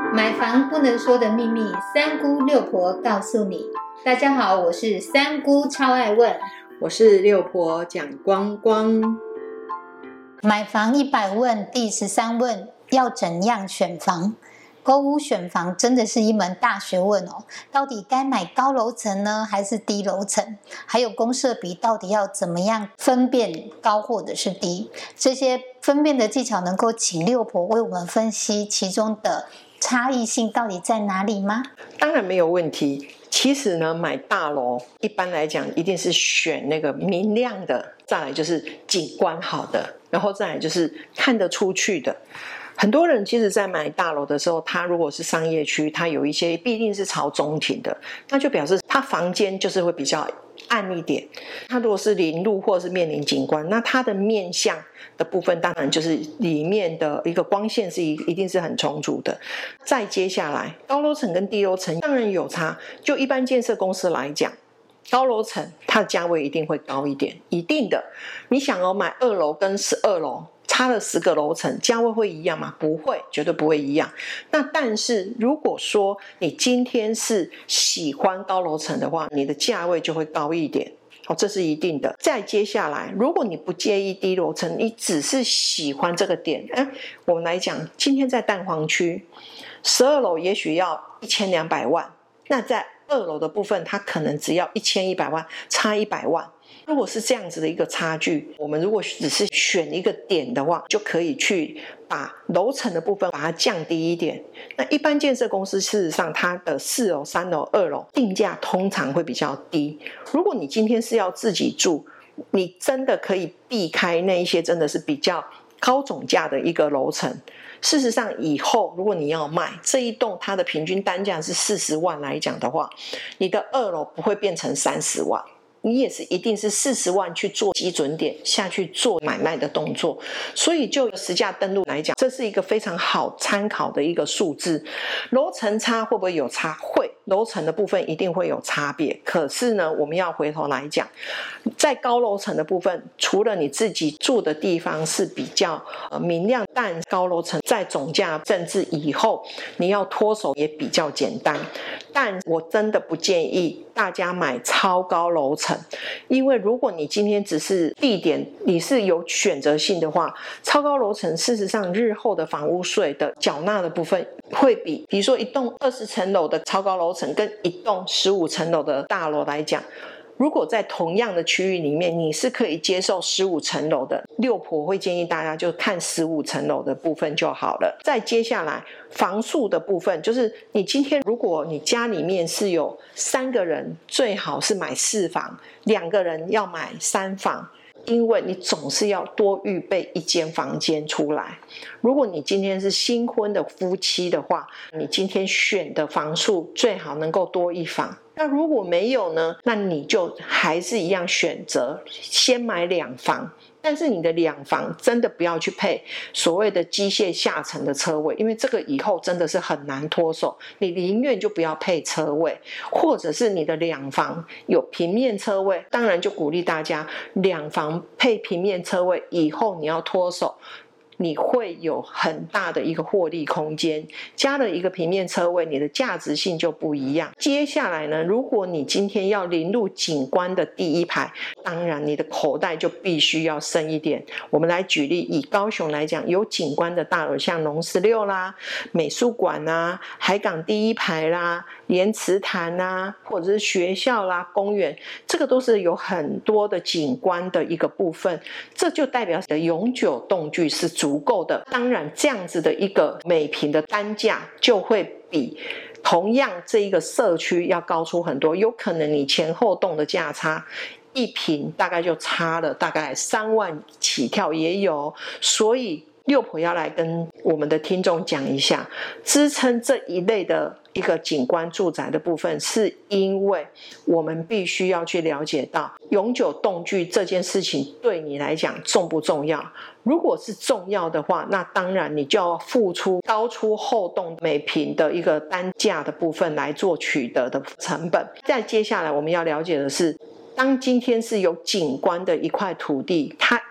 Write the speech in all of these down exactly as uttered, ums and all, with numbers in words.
买房不能说的秘密，三姑六婆告诉你。大家好，我是三姑超爱问， 我是六婆蒋光光。 买房一百问第十三问，要怎样选房？购屋选房真的是一门大学问哦，到底该买高楼层呢，还是低楼层？还有公设比到底要怎么样分辨高或者是低？这些分辨的技巧能够请六婆为我们分析其中的差异性到底在哪里吗？ 当然没有问题。其实呢，买大楼一般来讲一定是选那个明亮的，再来就是景观好的，然后再来就是看得出去的。很多人其实在买大楼的时候，他如果是商业区，他有一些必定是朝中庭的，那就表示他房间就是会比较暗一点。他如果是临路或者是面临景观，那他的面向的部分当然就是里面的一个光线是一一定是很充足的。再接下来高楼层跟低楼层当然有差，就一般建设公司来讲，高楼层它的价位一定会高一点，一定的。你想要买二楼跟十二楼差了十个楼层，价位会一样吗？不会，绝对不会一样。那但是如果说你今天是喜欢高楼层的话，你的价位就会高一点。哦，这是一定的。再接下来，如果你不介意低楼层，你只是喜欢这个点，哎，我们来讲，今天在蛋黄区，十二楼也许要一千两百万，那在二楼的部分，它可能只要一千一百万，差一百万。如果是这样子的一个差距，我们如果只是选一个点的话，就可以去把楼层的部分把它降低一点。那一般建设公司事实上它的四楼、三楼、二楼定价通常会比较低。如果你今天是要自己住，你真的可以避开那一些真的是比较高总价的一个楼层。事实上以后如果你要卖这一栋，它的平均单价是四十万来讲的话，你的二楼不会变成三十万，你也是一定是四十万去做基准点下去做买卖的动作。所以就实价登录来讲，这是一个非常好参考的一个数字。楼层差会不会有差？会，楼层的部分一定会有差别。可是呢，我们要回头来讲，在高楼层的部分，除了你自己住的地方是比较呃明亮，但高楼层在总价甚至以后你要脱手也比较简单。但我真的不建议大家买超高楼层，因为如果你今天只是地点你是有选择性的话，超高楼层事实上日后的房屋税的缴纳的部分会比比如说一栋二十层楼的超高楼层跟一栋十五层楼的大楼来讲，如果在同样的区域里面你是可以接受十五层楼的，六婆会建议大家就看十五层楼的部分就好了。再接下来房数的部分，就是你今天如果你家里面是有三个人，最好是买四房，两个人要买三房，因为你总是要多预备一间房间出来。如果你今天是新婚的夫妻的话，你今天选的房数最好能够多一房。那如果没有呢，那你就还是一样选择先买两房，但是你的两房真的不要去配所谓的机械下层的车位，因为这个以后真的是很难脱手。你宁愿就不要配车位，或者是你的两房有平面车位，当然就鼓励大家两房配平面车位，以后你要脱手你会有很大的一个获利空间，加了一个平面车位，你的价值性就不一样。接下来呢，如果你今天要临入景观的第一排，当然你的口袋就必须要深一点。我们来举例，以高雄来讲，有景观的大楼，像农十六啦、美术馆啦、海港第一排啦、莲池潭啦，或者是学校啦、公园，这个都是有很多的景观的一个部分，这就代表你的永久动距是足够的。当然这样子的一个每坪的单价就会比同样这一个社区要高出很多，有可能你前后栋的价差一坪大概就差了大概三万起跳也有。所以六婆要来跟我们的听众讲一下，支撑这一类的一个景观住宅的部分，是因为我们必须要去了解到永久动距这件事情对你来讲重不重要。如果是重要的话，那当然你就要付出高出后栋每坪的一个单价的部分来做取得的成本。再接下来我们要了解的是，当今天是有景观的一块土地，它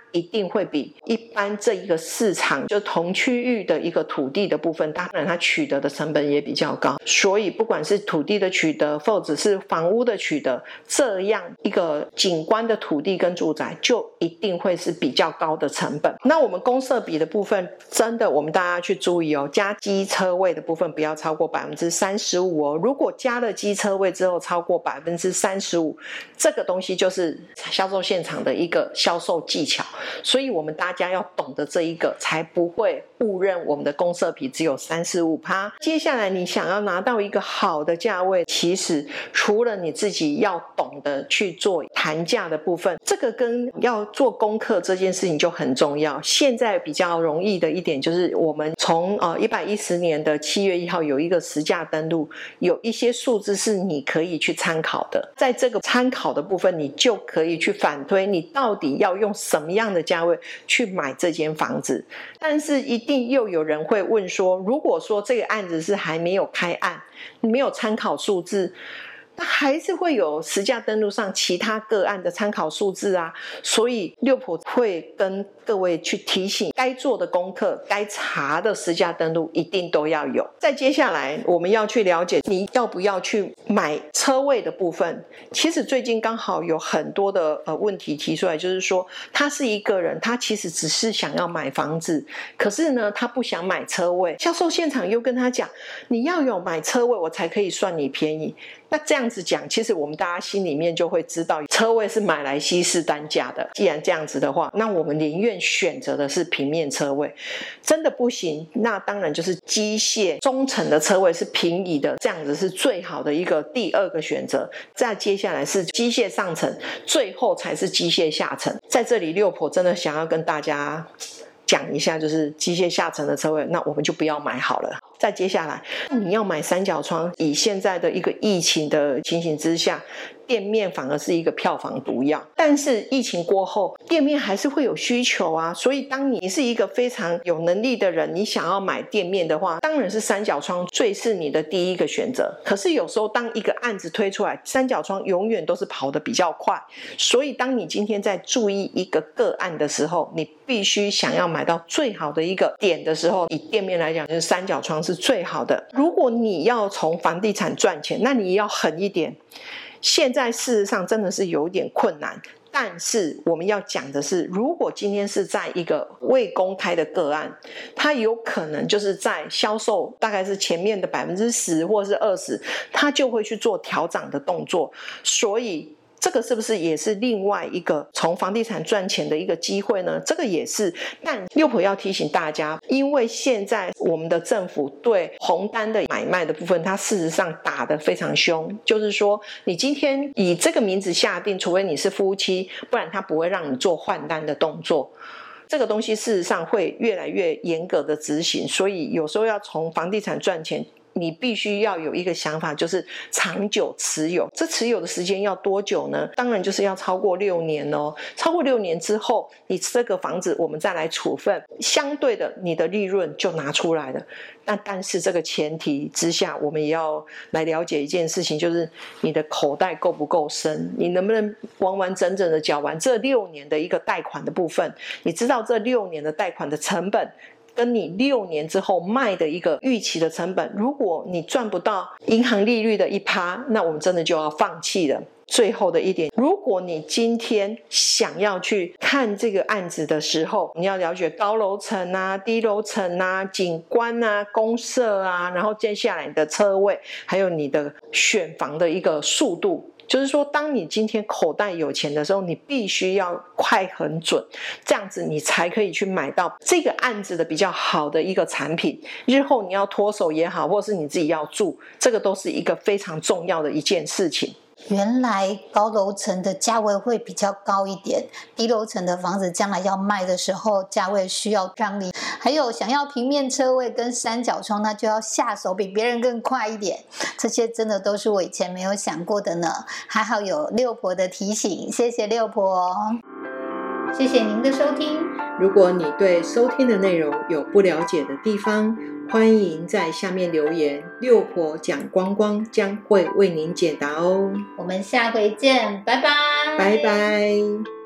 一定会比一般这一个市场就同区域的一个土地的部分，当然它取得的成本也比较高，所以不管是土地的取得或者是房屋的取得，这样一个景观的土地跟住宅就一定会是比较高的成本。那我们公设比的部分，真的我们大家去注意哦，加机车位的部分不要超过百分之三十五哦。如果加了机车位之后超过百分之三十五，这个东西就是销售现场的一个销售技巧，所以我们大家要懂得这一个，才不会误认我们的公设比只有 百分之三十五。 接下来你想要拿到一个好的价位，其实除了你自己要懂得去做谈价的部分，这个跟要做功课这件事情就很重要。现在比较容易的一点就是我们从呃一百一十年的七月一号有一个实价登录，有一些数字是你可以去参考的，在这个参考的部分你就可以去反推你到底要用什么样的价位去买这间房子。但是一定又有人会问说，如果说这个案子是还没有开案，没有参考数字，那还是会有实价登录上其他个案的参考数字啊，所以六婆会跟各位去提醒，该做的功课，该查的实价登录一定都要有。再接下来我们要去了解你要不要去买车位的部分。其实最近刚好有很多的呃问题提出来，就是说他是一个人，他其实只是想要买房子，可是呢他不想买车位，销售现场又跟他讲你要有买车位我才可以算你便宜。那这样子讲，其实我们大家心里面就会知道车位是买来稀释单价的。既然这样子的话，那我们宁愿选择的是平面车位。真的不行，那当然就是机械中层的车位是平移的，这样子是最好的一个第二个选择。再接下来是机械上层，最后才是机械下层。在这里六婆真的想要跟大家讲一下，就是机械下层的车位，那我们就不要买好了。再接下来你要买三角窗，以现在的一个疫情的情形之下，店面反而是一个票房毒药。但是疫情过后，店面还是会有需求啊，所以当你是一个非常有能力的人，你想要买店面的话，当然是三角窗最是你的第一个选择。可是有时候当一个案子推出来，三角窗永远都是跑得比较快，所以当你今天在注意一个个案的时候，你必须想要买到最好的一个点的时候，以店面来讲，就是三角窗是最好的。如果你要从房地产赚钱，那你要狠一点。现在事实上真的是有点困难，但是我们要讲的是，如果今天是在一个未公开的个案，它有可能就是在销售大概是前面的 百分之十 或是二十，它就会去做调涨的动作。所以这个是不是也是另外一个从房地产赚钱的一个机会呢？这个也是。但六婆要提醒大家，因为现在我们的政府对红单的买卖的部分，它事实上打得非常凶，就是说你今天以这个名字下定，除非你是夫妻，不然它不会让你做换单的动作。这个东西事实上会越来越严格的执行，所以有时候要从房地产赚钱，你必须要有一个想法，就是长久持有。这持有的时间要多久呢？当然就是要超过六年哦。超过六年之后，你这个房子我们再来处分，相对的你的利润就拿出来了。那但是这个前提之下，我们也要来了解一件事情，就是你的口袋够不够深，你能不能完完整整的缴完这六年的一个贷款的部分。你知道这六年的贷款的成本跟你六年之后卖的一个预期的成本，如果你赚不到银行利率的一趴，那我们真的就要放弃了。最后的一点，如果你今天想要去看这个案子的时候，你要了解高楼层啊、低楼层啊、景观啊、公设啊，然后接下来你的车位，还有你的选房的一个速度。就是说当你今天口袋有钱的时候，你必须要快很准，这样子你才可以去买到这个案子的比较好的一个产品。日后你要脱手也好，或是你自己要住，这个都是一个非常重要的一件事情。 原来高楼层的价位会比较高一点，低楼层的房子将来要卖的时候价位需要让利。还有想要平面车位跟三角窗，那就要下手比别人更快一点。这些真的都是我以前没有想过的呢，还好有六婆的提醒，谢谢六婆。谢谢您的收听。 如果你对收听的内容有不了解的地方，欢迎在下面留言，六婆讲光光将会为您解答哦。 我们下回见，拜拜。 拜拜。